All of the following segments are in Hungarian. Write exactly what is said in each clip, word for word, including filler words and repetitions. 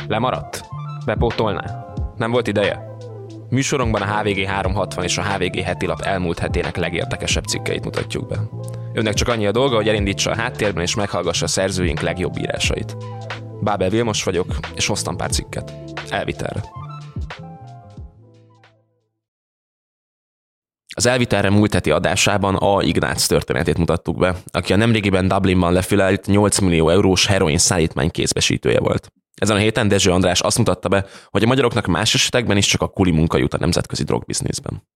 Lemaradt? Bepótolná? Nem volt ideje? Műsorunkban a há vé gé háromszázhatvan és a há vé gé heti lap elmúlt hetének legérdekesebb cikkeit mutatjuk be. Önnek csak annyi a dolga, hogy elindítsa a háttérben és meghallgassa a szerzőink legjobb írásait. Bábel Vilmos vagyok, és hoztam pár cikket. Elvitelre. Az Elvitelre múlt heti adásában A. Ignác történetét mutattuk be, aki a nemrégiben Dublinban lefülelt nyolc millió eurós heroin szállítmány kézbesítője volt. Ezen a héten Dezső András azt mutatta be, hogy a magyaroknak más esetekben is csak a kuli munka jut a nemzetközi drogbizniszben.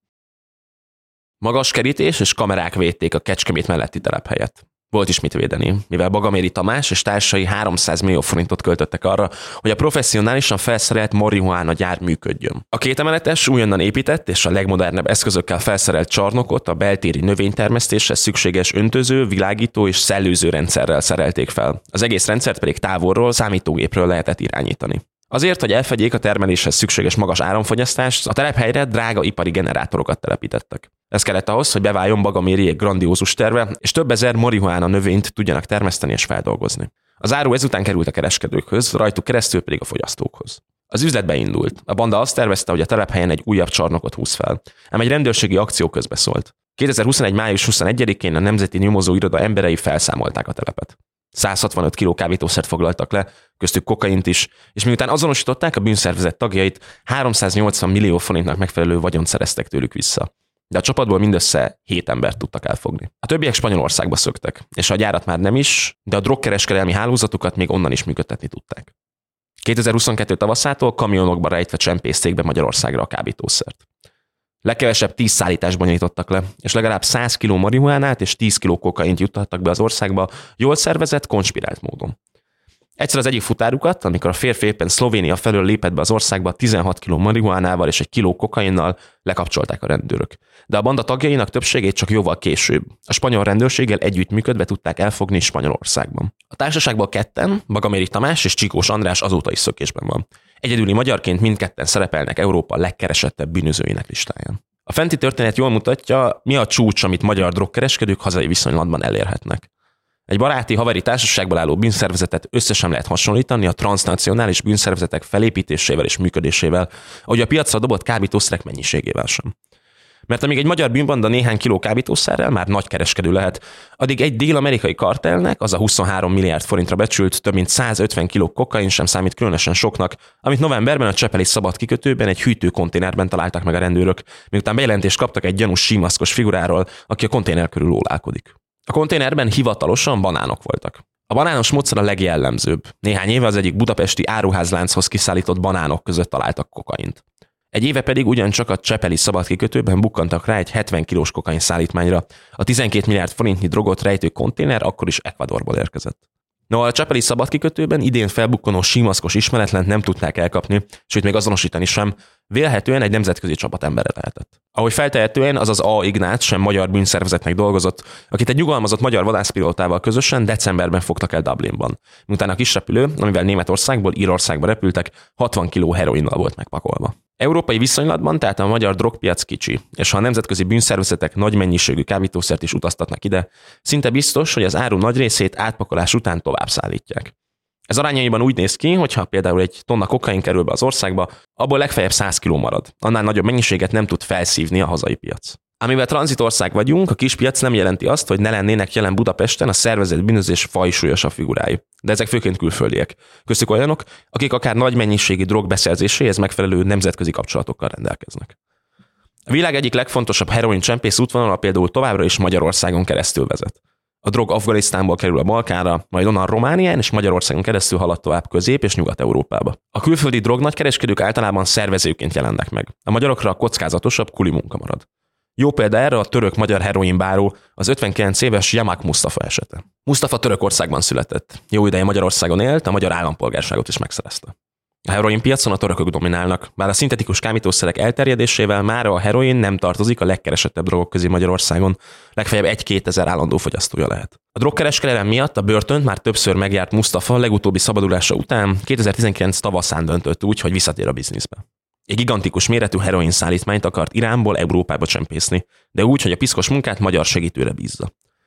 Magas kerítés és kamerák védték a Kecskemét melletti telephelyet. Volt is mit védeni, mivel Bagaméri Tamás és társai háromszáz millió forintot költöttek arra, hogy a professzionálisan felszerelt marihuána gyár működjön. A kétemeletes, újonnan épített és a legmodernebb eszközökkel felszerelt csarnokot a beltéri növénytermesztéshez szükséges öntöző, világító és szellőző rendszerrel szerelték fel. Az egész rendszert pedig távolról, számítógépről lehetett irányítani. Azért, hogy elfedjék a termeléshez szükséges magas áramfogyasztást, a telephelyre drága ipari generátorokat telepítettek. Ez kellett ahhoz, hogy beváljon Bagamériék grandiózus terve, és több ezer marihuána növényt tudjanak termeszteni és feldolgozni. Az áru ezután került a kereskedőkhöz, rajtuk keresztül pedig a fogyasztókhoz. Az üzlet beindult. A banda azt tervezte, hogy a telephelyen egy újabb csarnokot húz fel, ám egy rendőrségi akció közbeszólt. kétezer-huszonegy. május huszonegyedikén a Nemzeti Nyomozó Iroda emberei felszámolták a telepet. száz hatvanöt kiló kábítószert foglaltak le, köztük kokaint is, és miután azonosították a bűnszervezet tagjait, háromszáznyolcvan millió forintnak megfelelő vagyont szereztek tőlük vissza. De a csapatból mindössze hét embert tudtak elfogni. A többiek Spanyolországba szöktek, és a gyárat már nem is, de a drogkereskedelmi hálózatukat még onnan is működtetni tudták. kétezer-huszonkettő tavaszától kamionokba rejtve csempészték be Magyarországra a kábítószert. Legkevesebb tíz szállítást bonyolítottak le, és legalább száz kiló marihuánát és tíz kiló kokaint juttattak be az országba jól szervezett, konspirált módon. Egyszer az egyik futárukat, amikor a férfi éppen Szlovénia felől lépett be az országba tizenhat kiló marihuánával és egy kiló kokainnal, lekapcsolták a rendőrök. De a banda tagjainak többségét csak jóval később, a spanyol rendőrséggel együttműködve tudták elfogni Spanyolországban. A társaságból ketten, Bagaméri Tamás és Csikós András azóta is szökésben van. Egyedüli magyarként mindketten szerepelnek Európa legkeresettebb bűnözőinek listáján. A fenti történet jól mutatja, mi a csúcs, amit magyar drogkereskedők hazai viszonylatban elérhetnek. Egy baráti, haveri társaságból álló bűnszervezetet össze sem lehet hasonlítani a transznacionális bűnszervezetek felépítésével és működésével, ahogy a piacra dobott kábítószerek mennyiségével sem. Mert amíg egy magyar bűnbanda néhány kiló kábítószerrel már nagy kereskedő lehet, addig egy dél-amerikai kartelnek, az a huszonhárom milliárd forintra becsült több mint százötven kiló kokain sem számít különösen soknak, amit novemberben a csepeli szabad kikötőben egy hűtőkonténerben találtak meg a rendőrök, miután bejelentést kaptak egy gyanús símaszkos figuráról, aki a konténer körül lólálkodik. A konténerben hivatalosan banánok voltak. A banános módszer a legjellemzőbb. Néhány éve az egyik budapesti áruházlánchoz kiszállított banánok között találtak kokaint. Egy éve pedig ugyancsak a csepeli szabadkikötőben bukkantak rá egy hetven kilós kokain szállítmányra. A tizenkét milliárd forintnyi drogot rejtő konténer akkor is Ecuadorból érkezett. No, a csepeli szabadkikötőben idén felbukkanó símaszkos ismeretlent nem tudták elkapni, sőt még azonosítani sem, vélhetően egy nemzetközi csapat embere lehetett. Ahogy feltehetően az az A. Ignác sem magyar bűnszervezetnek dolgozott, akit egy nyugalmazott magyar vadászpilótával közösen decemberben fogtak el Dublinban. Miután a kisrepülő, amivel Németországból Írországba repültek, hatvan kiló heroinnal volt megpakolva. Európai viszonylatban tehát a magyar drogpiac kicsi, és ha a nemzetközi bűnszervezetek nagy mennyiségű kábítószert is utaztatnak ide, szinte biztos, hogy az áru nagy részét átpakolás után tovább szállítják. Ez arányaiban úgy néz ki, hogy ha például egy tonna kokain kerül be az országba, abból legfeljebb száz kiló marad. Annál nagyobb mennyiséget nem tud felszívni a hazai piac. Amivel tranzitország vagyunk, a kispiac nem jelenti azt, hogy ne lennének jelen Budapesten a szervezett bűnözés fajsúlyosabb figurái. De ezek főként külföldiek. Köztük olyanok, akik akár nagy mennyiségű drog beszerzéséhez megfelelő nemzetközi kapcsolatokkal rendelkeznek. A világ egyik legfontosabb heroin csempész útvonala például továbbra is Magyarországon keresztül vezet. A drog Afganisztánból kerül a Balkánra, majd onnan Románián és Magyarországon keresztül halad tovább Közép- és Nyugat-Európába. A külföldi drog nagykereskedők általában szervezőként jelennek meg. A magyarokra a kockázatosabb kuli munka marad. Jó példa erre a török-magyar heroinbáró, az ötvenkilenc éves Yamak Mustafa esete. Mustafa Törökországban született. Jó ideje Magyarországon élt, a magyar állampolgárságot is megszerezte. A heroinpiacon a törökök dominálnak, bár a szintetikus kábítószerek elterjedésével mára a heroin nem tartozik a legkeresettebb drogok közé Magyarországon, legfeljebb egy-kétezer állandó fogyasztója lehet. A drogkereskedelem miatt a börtönt már többször megjárt Mustafa legutóbbi szabadulása után kétezer-tizenkilenc tavaszán döntött úgy, hogy visszatér a bizniszbe. Egy gigantikus méretű heroin szállítmányt akart Iránból Európába csempészni, de úgy, hogy a piszkos munkát magyar segítőre bízza.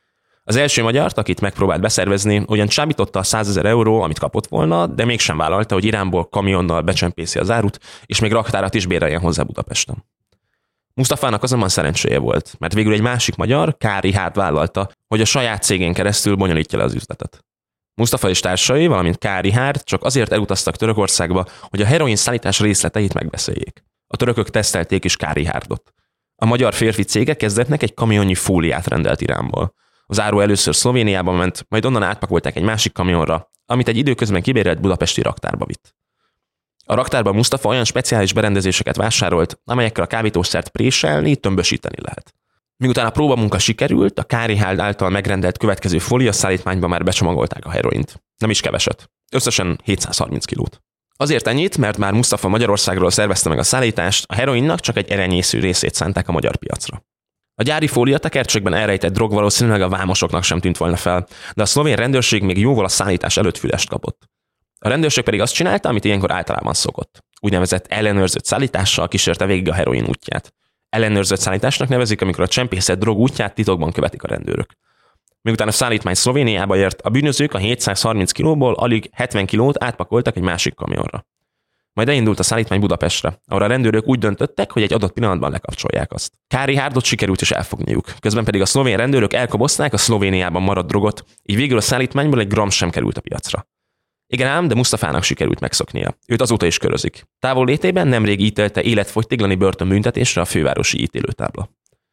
Az első magyart, akit megpróbált beszervezni, ugyan csábította a százezer euró, amit kapott volna, de mégsem vállalta, hogy Iránból kamionnal becsempészi az árut, és még raktárat is béreljen hozzá Budapesten. Mustafának azonban szerencséje volt, mert végül egy másik magyar, K. Richárd vállalta, hogy a saját cégén keresztül bonyolítja le az üzletet. Mustafa és társai, valamint K. Richárd csak azért elutaztak Törökországba, hogy a heroin szállítás részleteit megbeszéljék. A törökök tesztelték is K. Richárdot. A magyar férfi cége kezdetnek egy kamionnyi fóliát rendelt Iránból. Az áru először Szlovéniába ment, majd onnan átpakolták egy másik kamionra, amit egy időközben kibérelt budapesti raktárba vitt. A raktárban Mustafa olyan speciális berendezéseket vásárolt, amelyekkel a kábítószert préselni, tömbösíteni lehet. Miután a próbamunka sikerült, a K. Richárd által megrendelt következő fóliaszállítmányba már becsomagolták a heroint. Nem is keveset. Összesen hétszázharminc kilót. Azért ennyit, mert már Mustafa Magyarországról szervezte meg a szállítást, a heroinnak csak egy erenyésző részét szánták a magyar piacra. A gyári fólia tekercsekben elrejtett drog valószínűleg a vámosoknak sem tűnt volna fel, de a szlovén rendőrség még jóval a szállítás előtt fülest kapott. A rendőrség pedig azt csinálta, amit ilyenkor általában szokott. Úgynevezett ellenőrzött szállítással kísérte végig a heroin útját. Ellenőrzött szállításnak nevezik, amikor a csempészet drog útját titokban követik a rendőrök. Miután a szállítmány Szlovéniába ért, a bűnözők a hétszázharminc kilóból alig hetven kilót átpakoltak egy másik kamionra. Majd elindult a szállítmány Budapestre, ahol a rendőrök úgy döntöttek, hogy egy adott pillanatban lekapcsolják azt. K. Richárdot sikerült is elfogniuk, közben pedig a szlovén rendőrök elkobozták a Szlovéniában maradt drogot, így végül a szállítmányból egy gram sem került a piacra. Igen ám, de Mustafának sikerült megszoknia. Őt azóta is körözik. Távol létében nemrég ítélte életfogytiglani börtönbüntetésre a fővárosi ítélőtábla.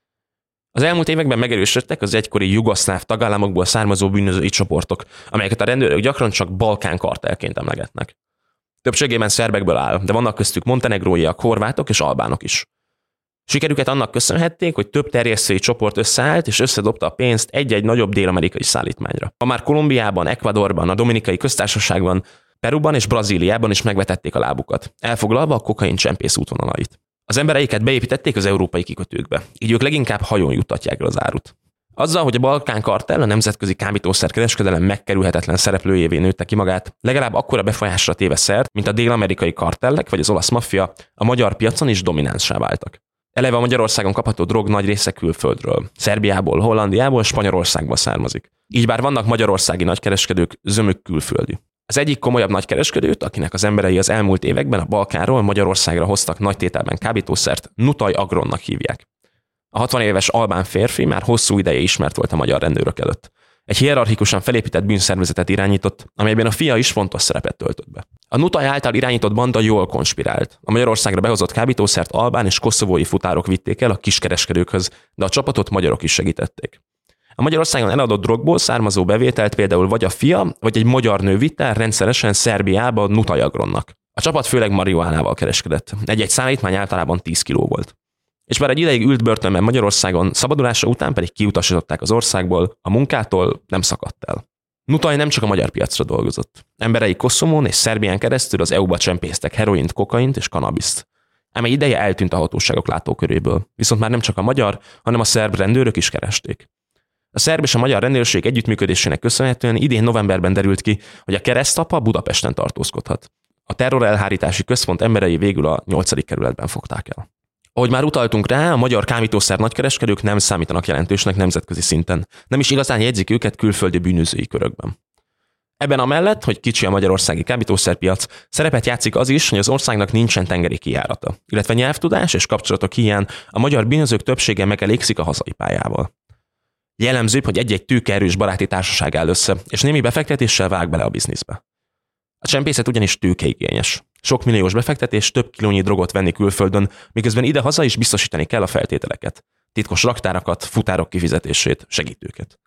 Az elmúlt években megerősödtek az egykori jugoszláv tagállamokból származó bűnözői csoportok, amelyeket a rendőrök gyakran csak Balkán kartelként emlegetnek. Többségében szerbekből áll, de vannak köztük montenegróiak, horvátok és albánok is. Sikerüket annak köszönhették, hogy több terjesztői csoport összeállt és összedobta a pénzt egy-egy nagyobb dél-amerikai szállítmányra. Ma már Kolumbiában, Ecuadorban, a Dominikai Köztársaságban, Peruban és Brazíliában is megvetették a lábukat, elfoglalva a kokain csempész útvonalait. Az embereiket beépítették az európai kikötőkbe, így ők leginkább hajón juttatják el az árut. Azzal, hogy a Balkán kartell a nemzetközi kábítószerkereskedelem megkerülhetetlen szereplőjévé nőtte ki magát, legalább akkora befolyásra téve szert, mint a dél-amerikai kartellek vagy az olasz maffia, a magyar piacon is dominánssá váltak. Eleve a Magyarországon kapható drog nagy része külföldről, Szerbiából, Hollandiából, Spanyolországból származik. Így bár vannak magyarországi nagykereskedők, zömük külföldi. Az egyik komolyabb nagykereskedőt, akinek az emberei az elmúlt években a Balkánról Magyarországra hoztak nagy tételben kábítószert, Nutaj Agronnak hívják. A hatvan éves albán férfi már hosszú ideje ismert volt a magyar rendőrök előtt. Egy hierarchikusan felépített bűnszervezetet irányított, amelyben a fia is fontos szerepet töltött be. A Nutaj által irányított banda jól konspirált. A Magyarországra behozott kábítószert albán és koszovói futárok vitték el a kiskereskedőkhöz, de a csapatot magyarok is segítették. A Magyarországon eladott drogból származó bevételt például vagy a fia, vagy egy magyar nő vitte el rendszeresen Szerbiába Nutaj Agronnak. A csapat főleg marihuánával kereskedett. Egy-egy szállítmány általában tíz kiló volt. És már egy ideig ült börtönben Magyarországon, szabadulása után pedig kiutasították az országból, a munkától nem szakadt el. Nutaj nem csak a magyar piacra dolgozott. Emberei Koszovón és Szerbián keresztül az é u-ba csempésztek heroint, kokaint és kanabiszt. Ám egy ideje eltűnt a hatóságok látóköréből, viszont már nem csak a magyar, hanem a szerb rendőrök is keresték. A szerb és a magyar rendőrség együttműködésének köszönhetően idén novemberben derült ki, hogy a keresztapa Budapesten tartózkodhat. A terrorelhárítási központ emberei végül a nyolcadik kerületben fogták el. Ahogy már utaltunk rá, a magyar kábítószer nagykereskedők nem számítanak jelentősnek nemzetközi szinten. Nem is igazán jegyzik őket külföldi bűnözői körökben. Ebben amellett, hogy kicsi a magyarországi kábítószerpiac, szerepet játszik az is, hogy az országnak nincsen tengeri kijárata, illetve nyelvtudás és kapcsolatok hiány a magyar bűnözők többsége megelégszik a hazai pályával. Jellemzőbb, hogy egy-egy tőkeerős baráti társaság áll össze, és némi befektetéssel vág bele a bizniszbe. A csempészet ugyanis tőkeigényes. Sok milliós befektetés, több kilónyi drogot venni külföldön, miközben ide-haza is biztosítani kell a feltételeket. Titkos raktárakat, futárok kifizetését, segítőket.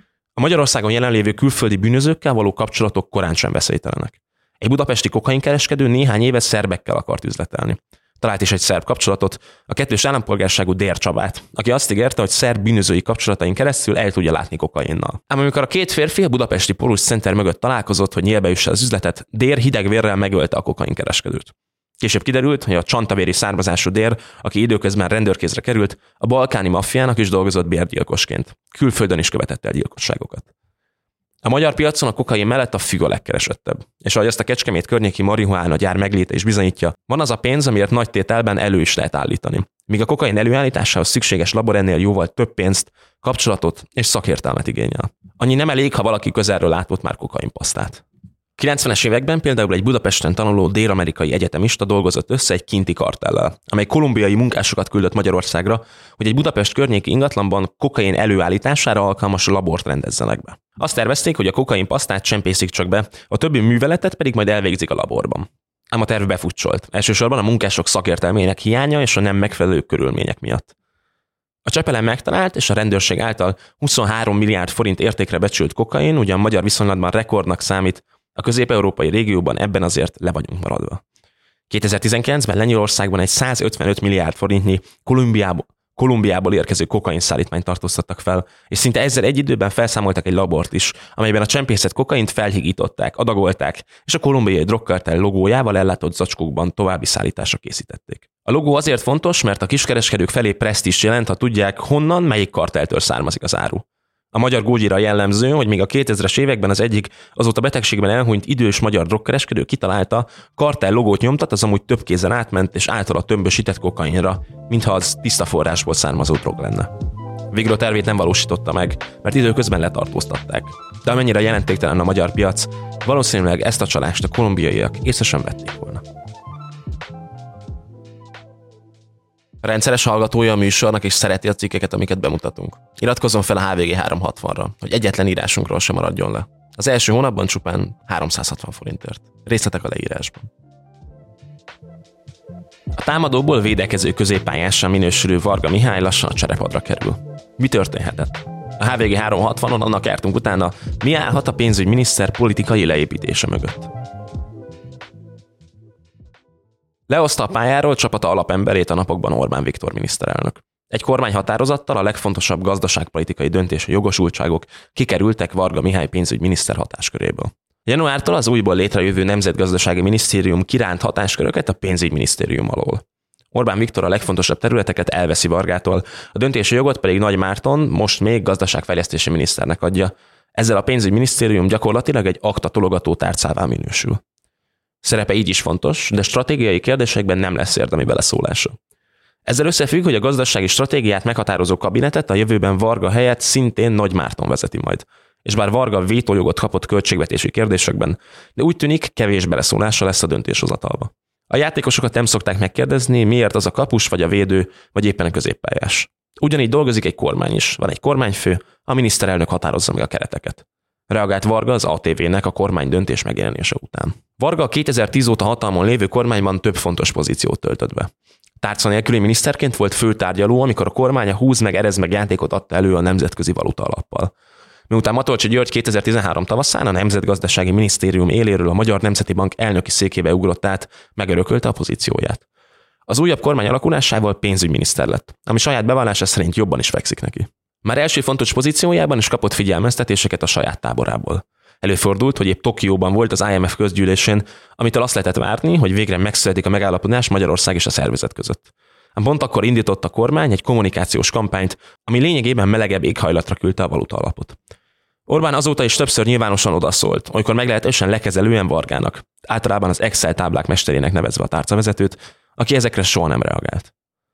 A Magyarországon jelenlévő külföldi bűnözőkkel való kapcsolatok korán sem veszélytelenek. Egy budapesti kokainkereskedő néhány éve szerbekkel akart üzletelni. Talált is egy szerb kapcsolatot, a kettős állampolgárságú Dér Csabát, aki azt ígérte, hogy szerb bűnözői kapcsolatain keresztül el tudja látni kokainnal. Ám amikor a két férfi a budapesti Polus Center mögött találkozott, hogy nyílbe üsse az üzletet, Dér hidegvérrel megölte a kokainkereskedőt. Később kiderült, hogy a csantavéri származású Dér, aki időközben rendőrkézre került, a balkáni maffiának is dolgozott bérgyilkosként. Külföldön is követett el gyilkosságokat. A magyar piacon a kokain mellett a füg a legkeresettebb. És ahogy azt a Kecskemét környéki marihuána gyár megléte is bizonyítja, van az a pénz, amiért nagy tételben elő is lehet állítani. míg a kokain előállításához szükséges labor ennél jóval több pénzt, kapcsolatot és szakértelmet igényel. Annyi nem elég, ha valaki közelről látott már kokainpasztát. kilencvenes években például egy Budapesten tanuló dél-amerikai egyetemista dolgozott össze egy kinti kartellel, amely kolumbiai munkásokat küldött Magyarországra, hogy egy Budapest környéki ingatlanban kokain előállítására alkalmas labort rendezzenek be. Azt tervezték, hogy a kokainpasztát csempészik csak be, a többi műveletet pedig majd elvégzik a laborban. Ám a terv befutcsolt, elsősorban a munkások szakértelmének hiánya és a nem megfelelő körülmények miatt. A Csepelen megtalált és a rendőrség által huszonhárom milliárd forint értékre becsült kokain ugyan magyar viszonylatban rekordnak számít, a közép-európai régióban ebben azért le vagyunk maradva. kétezer-tizenkilencben Lengyelországban egy százötvenöt milliárd forintnyi Kolumbiából, Kolumbiából érkező kokain szállítmányt tartóztattak fel, és szinte ezzel egy időben felszámoltak egy labort is, amelyben a csempészet kokaint felhigították, adagolták, és a kolumbiai drogkartell logójával ellátott zacskókban további szállításra készítették. A logó azért fontos, mert a kiskereskedők felé presztízs jelent, ha tudják, honnan, melyik kartelltől származik az áru. A magyar gógyira jellemző, hogy még a kétezres években az egyik azóta betegségben elhunyt idős magyar drogkereskedő kitalálta, kartell logót nyomtat, az amúgy több kézen átment és általa tömbösített kokainra, mintha az tiszta forrásból származó drog lenne. Végül a tervét nem valósította meg, mert időközben letartóztatták. De amennyire jelentéktelen a magyar piac, valószínűleg ezt a csalást a kolumbiaiak észre sem vették volna. Rendszeres hallgatója a műsornak és szereti a cikkeket, amiket bemutatunk. Iratkozzon fel a há vé gé háromszázhatvanra, hogy egyetlen írásunkról sem maradjon le. Az első hónapban csupán háromszázhatvan forintért. Részletek a leírásban. A támadóból védekező középpályással minősülő Varga Mihály lassan a cserepadra kerül. Mi történhetett? A há vé gé háromszázhatvanon annak jártunk utána, mi állhat a pénzügyminiszter politikai leépítése mögött. Lehozta a pályáról csapata alapemberét a napokban Orbán Viktor miniszterelnök. Egy kormányhatározattal a legfontosabb gazdaságpolitikai döntés jogosultságok kikerültek Varga Mihály pénzügyminiszter hatásköréből. Januártól az újból létrejövő Nemzetgazdasági Minisztérium kiránt hatásköröket a pénzügyminisztérium alól. Orbán Viktor a legfontosabb területeket elveszi Vargától, a döntési jogot pedig Nagy Márton, most még gazdaságfejlesztési miniszternek adja. Ezzel a pénzügyminisztérium gyakorlatilag egy aktatologató tárcává minősül. Szerepe így is fontos, de stratégiai kérdésekben nem lesz érdemi beleszólása. Ezzel összefügg, hogy a gazdasági stratégiát meghatározó kabinetet a jövőben Varga helyett szintén Nagy Márton vezeti majd. És bár Varga vétójogot kapott költségvetési kérdésekben, de úgy tűnik, kevés beleszólása lesz a döntéshozatalba. A játékosokat nem szokták megkérdezni, miért az a kapus, vagy a védő, vagy éppen a középpályás. Ugyanígy dolgozik egy kormány is. Van egy kormányfő, a miniszterelnök határozza meg a kereteket. Reagált Varga az á té vé-nek a kormány döntés megjelenése után. Varga a kétezer-tíz óta hatalmon lévő kormányban több fontos pozíciót töltött be. Tárca nélküli miniszterként volt főtárgyaló, amikor a kormány a húz meg erez meg játékot adta elő a Nemzetközi Valuta Alappal. Miután Matolcsy György kétezer-tizenhárom tavaszán a Nemzetgazdasági Minisztérium éléről a Magyar Nemzeti Bank elnöki székébe ugrott át, megörökölte a pozícióját. Az újabb kormány alakulásával pénzügyminiszter lett, ami saját bevallása szerint jobban is fekszik neki. Már első fontos pozíciójában is kapott figyelmeztetéseket a saját táborából. Előfordult, hogy épp Tokióban volt az i em ef közgyűlésén, amitől azt lehetett várni, hogy végre megszületik a megállapodás Magyarország és a szervezet között. Pont akkor indított a kormány egy kommunikációs kampányt, ami lényegében melegebb éghajlatra küldte a valuta alapot. Orbán azóta is többször nyilvánosan odaszólt, olykor meglehetősen lekezelően Vargának, általában az Excel táblák mesterének nevezve a tárcavezetőt, aki ezekre soha nem reagált.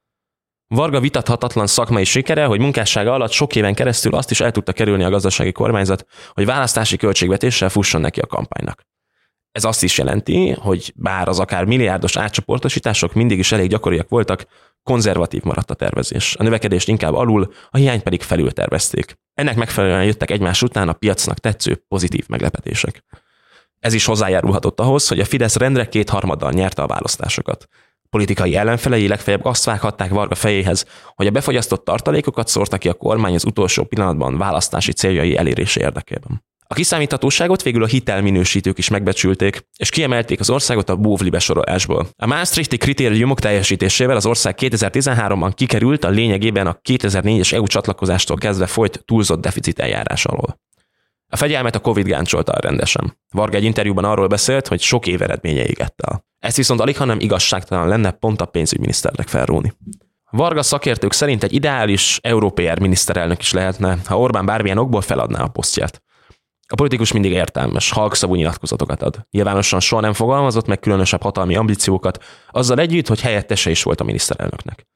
Varga vitathatatlan szakmai sikere, hogy munkássága alatt sok éven keresztül azt is el tudta kerülni a gazdasági kormányzat, hogy választási költségvetéssel fusson neki a kampánynak. Ez azt is jelenti, hogy bár az akár milliárdos átcsoportosítások mindig is elég gyakoriak voltak, konzervatív maradt a tervezés. A növekedést inkább alul, a hiányt pedig felül tervezték. Ennek megfelelően jöttek egymás után a piacnak tetsző pozitív meglepetések. Ez is hozzájárulhatott ahhoz, hogy a Fidesz rendre kétharmaddal nyerte a választásokat. Politikai ellenfelei legfeljebb azt vághatták Varga fejéhez, hogy a befogyasztott tartalékokat szórta ki a kormány az utolsó pillanatban választási céljai elérése érdekében. A kiszámíthatóságot végül a hitelminősítők is megbecsülték, és kiemelték az országot a bóvli besorolásból. A Maastrichti kritériumok teljesítésével az ország kétezer-tizenháromban kikerült a lényegében a kétezer-négyes é u csatlakozástól kezdve folyt túlzott deficit eljárás alól. A fegyelmet a Covid gáncsolta rendesen. Varga egy interjúban arról beszélt, hogy sok év eredménye égett el. Ezt viszont alig, hanem igazságtalan lenne pont a pénzügyminiszternek felróni. Varga szakértők szerint egy ideális európai miniszterelnök is lehetne, ha Orbán bármilyen okból feladná a posztját. A politikus mindig értelmes, halkszavú nyilatkozatokat ad. Nyilvánosan soha nem fogalmazott meg különösebb hatalmi ambíciókat, azzal együtt, hogy helyettese is volt a miniszterelnöknek.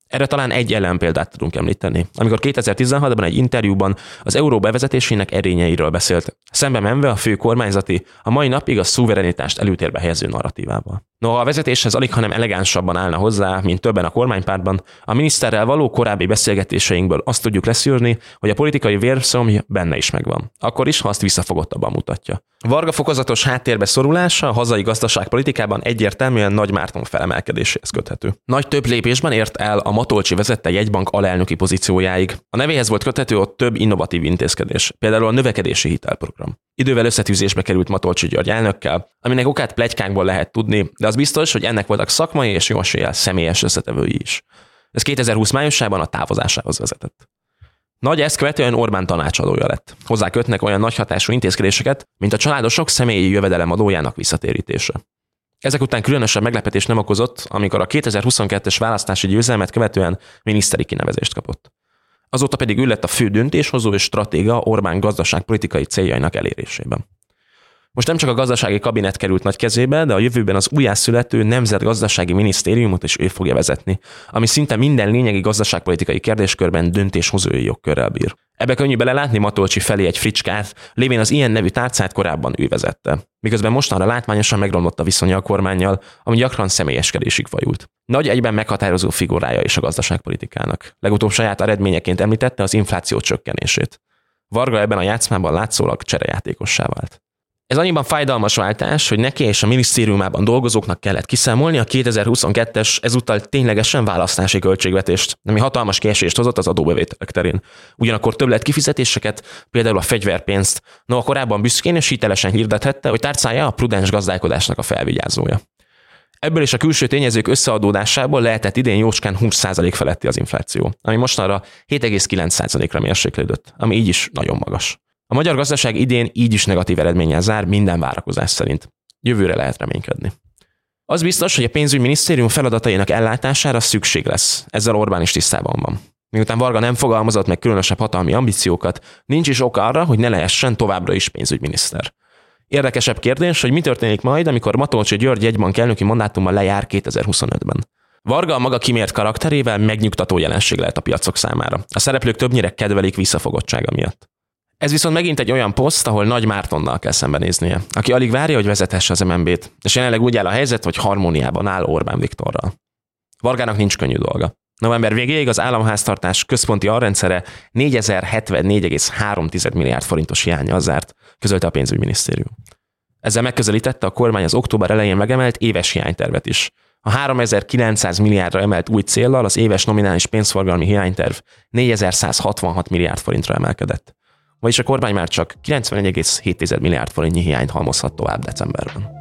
Erre talán egy ellenpéldát tudunk említeni, amikor kétezer-tizenhatban egy interjúban az euró bevezetésének erényeiről beszélt, szembe menve a fő kormányzati, a mai napig a szuverenitást előtérbe helyező narratívával. Noha a vezetéshez alig hanem elegánsabban állna hozzá, mint többen a kormánypártban, a miniszterrel való korábbi beszélgetéseinkből azt tudjuk leszűrni, hogy a politikai vérszomj benne is megvan. Akkor is, ha azt visszafogottabban mutatja. Varga fokozatos háttérbe szorulása a hazai gazdaságpolitikában egyértelműen Nagy Márton felemelkedéséhez köthető. Nagy több lépésben ért el a Matolcsi vezette jegybank alelnöki pozíciójáig. A nevéhez volt köthető ott több innovatív intézkedés, például a növekedési hitelprogram. Idővel összetűzésbe került Matolcsi György elnökkel, aminek okát pletykákból lehet tudni, de az biztos, hogy ennek voltak szakmai és jó eséllyel személyes összetevői is. Ez kétezer-húsz májusában a távozásához vezetett. Nagy ezt követően Orbán tanácsadója lett. Hozzá kötnek olyan nagy hatású intézkedéseket, mint a családosok személyi jövedelemadójának visszatérítése. Ezek után különösebb meglepetés nem okozott, amikor a kétezer-huszonkettes választási győzelmet követően miniszteri kinevezést kapott. Azóta pedig ő lett a fő döntéshozó és stratéga Orbán gazdaságpolitikai céljainak elérésében. Most nem csak a gazdasági kabinet került nagy kezébe, de a jövőben az újjászülető Nemzetgazdasági Minisztériumot is ő fogja vezetni, ami szinte minden lényegi gazdaságpolitikai kérdéskörben döntéshozói jogkörrel bír. Ebbe könnyű belelátni Matolcsi felé egy fricskát, lévén az ilyen nevű tárcát korábban ő vezette, miközben mostanra látványosan megromlott a viszonya a kormánnyal, ami gyakran személyeskedésig fajult. Nagy egyben meghatározó figurája is a gazdaságpolitikának. Legutóbb saját eredményeként említette az infláció csökkenését. Varga ebben a játszmában látszólag cserejátékossá vált. Ez annyiban fájdalmas váltás, hogy neki és a minisztériumában dolgozóknak kellett kiszámolni a kétezer-huszonkettes ezúttal ténylegesen választási költségvetést, ami hatalmas kiesést hozott az adóbevételek terén. Ugyanakkor többlet kifizetéseket, például a fegyverpénzt, noha korábban büszkén és hitelesen hirdethette, hogy tárcája a prudens gazdálkodásnak a felvigyázója. Ebből is a külső tényezők összeadódásából lehetett idén jócskán húsz százalék feletti az infláció, ami mostanra hét egész kilenc százalékra mérséklődött, ami így is nagyon magas. A magyar gazdaság idén így is negatív eredménnyel zár minden várakozás szerint. Jövőre lehet reménykedni. Az biztos, hogy a pénzügyminisztérium feladatainak ellátására szükség lesz. Ezzel Orbán is tisztában van. Miután Varga nem fogalmazott meg különösebb hatalmi ambíciókat, nincs is ok arra, hogy ne lehessen továbbra is pénzügyminiszter. Érdekesebb kérdés, hogy mi történik majd, amikor Matolcsi György jegybank elnöki mandátuma lejár kétezer-huszonötben. Varga a maga kimért karakterével megnyugtató jelenség lehet a piacok számára. A szereplők többnyire kedvelik visszafogottsága miatt. Ez viszont megint egy olyan poszt, ahol Nagy Mártonnal kell szembenéznie, aki alig várja, hogy vezethesse az em en bé-t, és jelenleg úgy áll a helyzet, hogy harmóniában áll Orbán Viktorral. Vargának nincs könnyű dolga. November végéig az államháztartás központi alrendszere négyezer-hetvennégy egész három milliárd forintos hiánnyal zárt, közölte a pénzügyminisztérium. Ezzel megközelítette a kormány az október elején megemelt éves hiánytervet is. A háromezer-kilencszáz milliárdra emelt új céllal az éves nominális pénzforgalmi hiányterv négyezer-százhatvanhat milliárd forintra emelkedett. Vagyis a kormány már csak kilencvenegy egész hét milliárd forintnyi hiányt halmozhat tovább decemberben.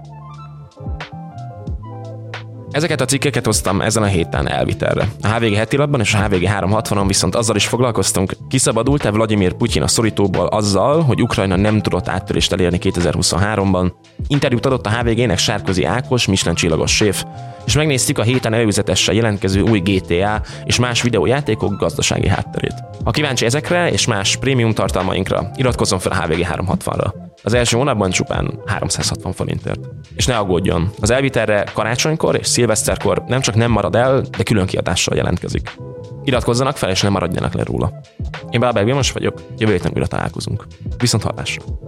Ezeket a cikkeket hoztam ezen a héten elvitelre. A há vé gé heti lapban és a há vé gé háromszázhatvanon viszont azzal is foglalkoztunk, kiszabadult-e Vladimir Putyin a szorítóból azzal, hogy Ukrajna nem tudott áttörést elérni kétezer-huszonháromban. Interjút adott a há vé gének Sárközi Ákos, Michelin csillagos séf, és megnéztük a héten előzetessel jelentkező új gé té á és más videójátékok gazdasági hátterét. Ha kíváncsi ezekre és más prémium tartalmainkra, iratkozzon fel a há vé gé háromszázhatvanra. Az első hónapban csupán háromszázhatvan forintért. És ne aggódjon, az elvitelre karácsonykor és szilveszterkor nem csak nem marad el, de külön kiadással jelentkezik. Iratkozzanak fel és ne maradjanak le róla. Én Bábel Vilmos vagyok, jövő héten újra találkozunk. Viszont hallásra!